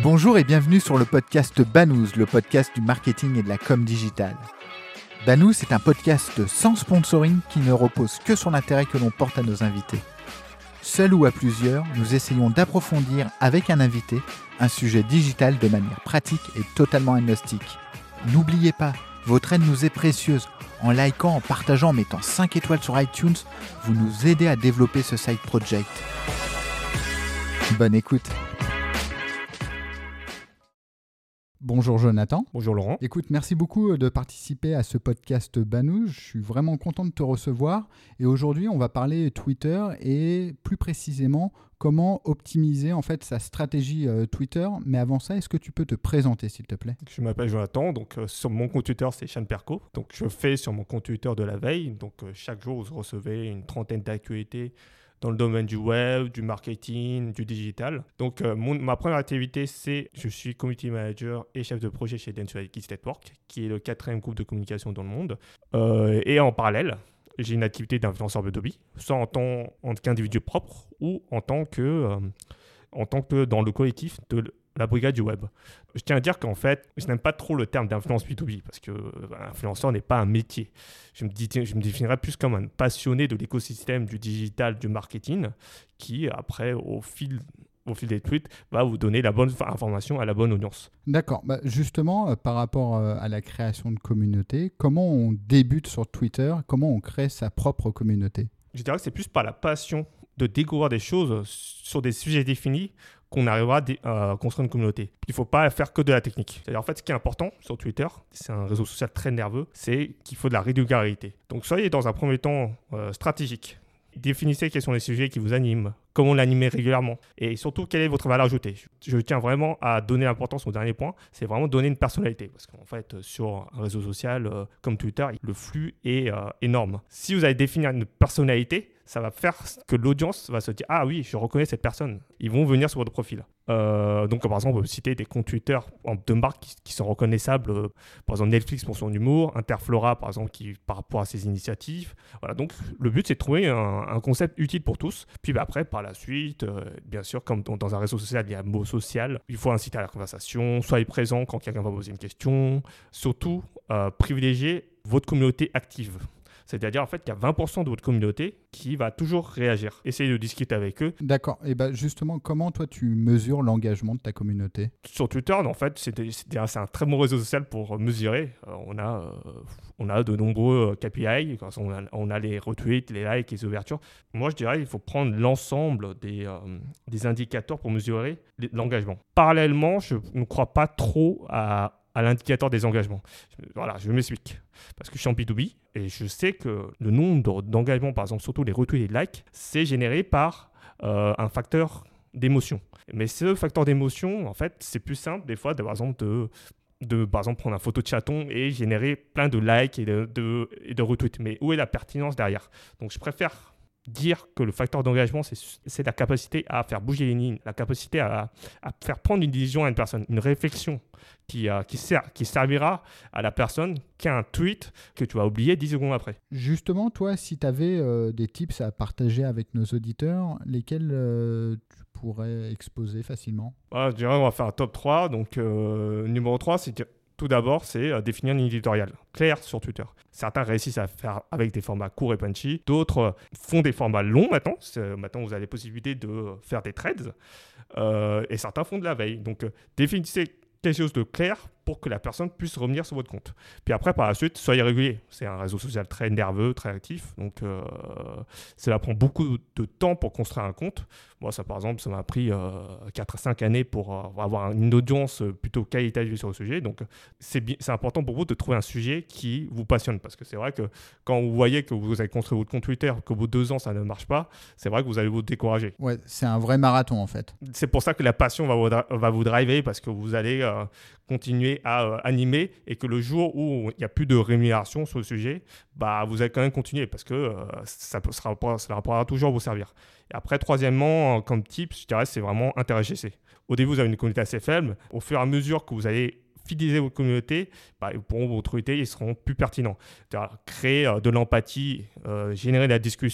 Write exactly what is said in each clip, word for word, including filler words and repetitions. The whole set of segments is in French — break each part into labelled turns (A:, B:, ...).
A: Bonjour et bienvenue sur le podcast Banous, le podcast du marketing et de la com digitale. Banous est un podcast sans sponsoring qui ne repose que sur l'intérêt que l'on porte à nos invités. Seul ou à plusieurs, nous essayons d'approfondir avec un invité un sujet digital de manière pratique et totalement agnostique. N'oubliez pas, votre aide nous est précieuse. En likant, en partageant, en mettant cinq étoiles sur iTunes, vous nous aidez à développer ce side project. Bonne écoute. Bonjour Jonathan.
B: Bonjour Laurent.
A: Écoute, merci beaucoup de participer à ce podcast Banous. Je suis vraiment content de te recevoir. Et aujourd'hui, on va parler Twitter et plus précisément comment optimiser en fait sa stratégie euh, Twitter. Mais avant ça, est-ce que tu peux te présenter s'il te plaît ?
B: Je m'appelle Jonathan. Donc euh, sur mon compte Twitter, c'est Sean Perco. Donc je fais sur mon compte Twitter de la veille. Donc euh, chaque jour, vous recevez une trentaine d'actualités dans le domaine du web, du marketing, du digital. Donc, euh, mon, ma première activité, c'est je suis community manager et chef de projet chez Dentsu Kids Network, qui est le quatrième groupe de communication dans le monde. Euh, et en parallèle, j'ai une activité d'influenceur B deux B, soit en tant en qu'individu propre ou en tant que, euh, en tant que dans le collectif de la brigade du web. Je tiens à dire qu'en fait, je n'aime pas trop le terme d'influence B deux B parce que bah, influenceur n'est pas un métier. Je me, dis, je me définirais plus comme un passionné de l'écosystème du digital, du marketing, qui après, au fil, au fil des tweets, va vous donner la bonne information à la bonne audience.
A: D'accord. Bah justement, euh, par rapport euh, à la création de communauté, comment on débute sur Twitter ? Comment on crée sa propre communauté ?
B: Je dirais que c'est plus par la passion de découvrir des choses sur des sujets définis qu'on arrivera à dé- euh, construire une communauté. Il ne faut pas faire que de la technique. C'est-à-dire, en fait, ce qui est important sur Twitter, c'est un réseau social très nerveux, c'est qu'il faut de la régularité. Donc, soyez dans un premier temps euh, stratégique. Définissez quels sont les sujets qui vous animent, comment l'animer régulièrement et surtout quelle est votre valeur ajoutée. Je tiens vraiment à donner l'importance au dernier point, c'est vraiment donner une personnalité parce qu'en fait sur un réseau social euh, comme Twitter, le flux est euh, énorme. Si vous allez définir une personnalité, ça va faire que l'audience va se dire « Ah oui, je reconnais cette personne ». Ils vont venir sur votre profil. Euh, donc par exemple, on peut citer des comptes Twitter de marques qui, qui sont reconnaissables. Euh, par exemple, Netflix pour son humour, Interflora par exemple qui, par rapport à ses initiatives. Voilà, donc le but c'est de trouver un, un concept utile pour tous. Puis bah, après, par la suite, euh, bien sûr, comme dans, dans un réseau social, il y a un mot social. Il faut inciter à la conversation, soyez présent quand quelqu'un va poser une question. Surtout, euh, privilégiez votre communauté active. C'est-à-dire, en fait, qu'il y a vingt pour cent de votre communauté qui va toujours réagir. Essayez de discuter avec eux.
A: D'accord. Et ben justement, comment toi, tu mesures l'engagement de ta communauté ?
B: Sur Twitter, en fait, c'est, c'est, c'est un très bon réseau social pour mesurer. Euh, on, a, euh, on a de nombreux K P I. On a, on a les retweets, les likes, les ouvertures. Moi, je dirais qu'il faut prendre l'ensemble des, euh, des indicateurs pour mesurer l'engagement. Parallèlement, je ne crois pas trop à... à l'indicateur des engagements. Voilà, je m'explique. Parce que je suis en B deux B et je sais que le nombre d'engagements, par exemple, surtout les retweets et les likes, c'est généré par euh, un facteur d'émotion. Mais ce facteur d'émotion, en fait, c'est plus simple des fois, de, par exemple, de, de par exemple, prendre une photo de chaton et générer plein de likes et de, de, et de retweets. Mais où est la pertinence derrière ? Donc, je préfère dire que le facteur d'engagement, c'est, c'est la capacité à faire bouger les lignes, la capacité à, à faire prendre une décision à une personne, une réflexion qui, euh, qui, sert, qui servira à la personne qu'un tweet que tu vas oublier dix secondes après.
A: Justement, toi, si tu avais euh, des tips à partager avec nos auditeurs, lesquels euh, tu pourrais exposer facilement ?
B: Ah, je dirais on va faire un top trois. Donc, euh, numéro trois, c'est que tout d'abord, c'est euh, définir une éditoriale claire sur Twitter. Certains réussissent à faire avec des formats courts et punchy. D'autres euh, font des formats longs maintenant. C'est, maintenant, vous avez la possibilité de faire des threads. Euh, et certains font de la veille. Donc, euh, définissez quelque chose de clair pour que la personne puisse revenir sur votre compte. Puis après, par la suite, soyez régulier. C'est un réseau social très nerveux, très actif. Donc, euh, cela prend beaucoup de temps pour construire un compte. Moi, ça, par exemple, ça m'a pris euh, quatre à cinq années pour euh, avoir une audience plutôt qualitative sur le sujet. Donc, c'est, bi- c'est important pour vous de trouver un sujet qui vous passionne. Parce que c'est vrai que quand vous voyez que vous avez construit votre compte Twitter, qu'au bout de deux ans, ça ne marche pas, c'est vrai que vous allez vous décourager.
A: Ouais, c'est un vrai marathon, en fait.
B: C'est pour ça que la passion va vous, va vous driver, parce que vous allez euh, continuer à euh, animer et que le jour où il n'y a plus de rémunération sur le sujet, bah, vous allez quand même continuer parce que euh, ça, peut, sera, ça pourra toujours vous servir. Et après, troisièmement, euh, comme tips, je dirais, c'est vraiment interagir. Au début, vous avez une communauté assez faible. Au fur et à mesure que vous allez fidéliser votre communauté, bah, pour votre tweets, ils seront plus pertinents. C'est-à-dire créer euh, de l'empathie, euh, générer de la discussion.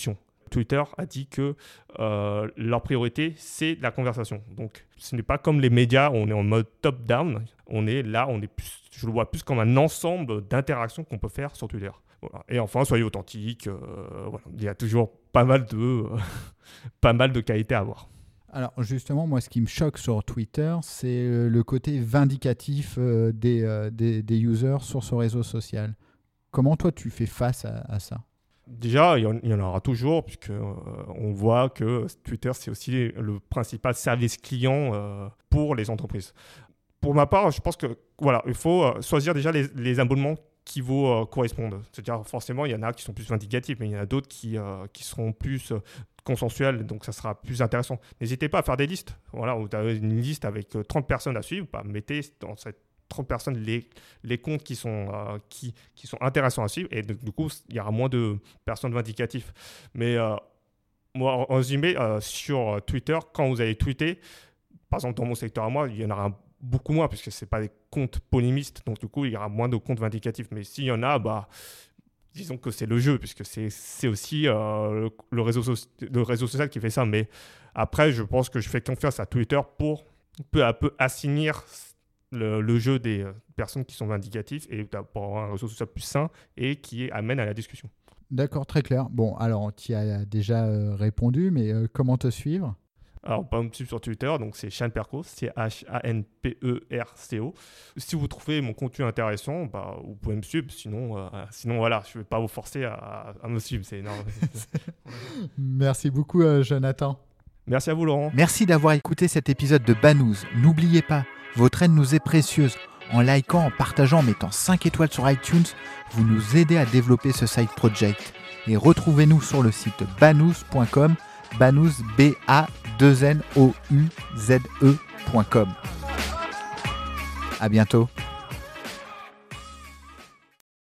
B: Twitter a dit que euh, leur priorité, c'est la conversation. Donc, ce n'est pas comme les médias où on est en mode top-down. On est là, on est plus, je le vois plus comme un ensemble d'interactions qu'on peut faire sur Twitter. Voilà. Et enfin, soyez authentiques. Euh, voilà. Il y a toujours pas mal de, euh, pas mal de qualités à avoir.
A: Alors justement, moi, ce qui me choque sur Twitter, c'est le côté vindicatif euh, des, euh, des, des users sur ce réseau social. Comment toi, tu fais face à, à ça ?
B: Déjà, il y, en, il y en aura toujours, puisque euh, on voit que Twitter, c'est aussi le principal service client euh, pour les entreprises. Pour ma part, je pense que voilà, il faut euh, choisir déjà les, les abonnements qui vous euh, correspondent. C'est-à-dire, forcément, il y en a qui sont plus vindicatifs, mais il y en a d'autres qui, euh, qui seront plus euh, consensuels, donc ça sera plus intéressant. N'hésitez pas à faire des listes. Voilà, vous avez une liste avec euh, trente personnes à suivre, bah, mettez dans cette trente personnes les, les comptes qui sont, euh, qui, qui sont intéressants à suivre, et de, du coup, il y aura moins de personnes vindicatives. Mais euh, moi, en résumé, euh, sur Twitter, quand vous allez tweeter, par exemple, dans mon secteur à moi, il y en aura beaucoup moins, puisque ce n'est pas des comptes polémistes, donc du coup, il y aura moins de comptes vindicatifs. Mais s'il y en a, bah, disons que c'est le jeu, puisque c'est, c'est aussi euh, le, le, réseau so- le réseau social qui fait ça. Mais après, je pense que je fais confiance à Twitter pour peu à peu assainir le, le jeu des personnes qui sont vindicatives et pour avoir un réseau social plus sain et qui amène à la discussion.
A: D'accord, très clair. Bon, alors, tu y as déjà euh, répondu, mais euh, comment te suivre ?
B: Alors, on peut me suivre sur Twitter, donc c'est Shane Perco, C H A N P E R C O. Si vous trouvez mon contenu intéressant, bah, vous pouvez me suivre. Sinon, euh, sinon voilà, je ne vais pas vous forcer à, à me suivre. C'est énorme.
A: Merci beaucoup, euh, Jonathan.
B: Merci à vous, Laurent.
A: Merci d'avoir écouté cet épisode de Banous. N'oubliez pas, votre aide nous est précieuse. En likant, en partageant, en mettant cinq étoiles sur iTunes, vous nous aidez à développer ce side project. Et retrouvez-nous sur le site banous point com, banous, B A deux N O U Z E point com. À bientôt.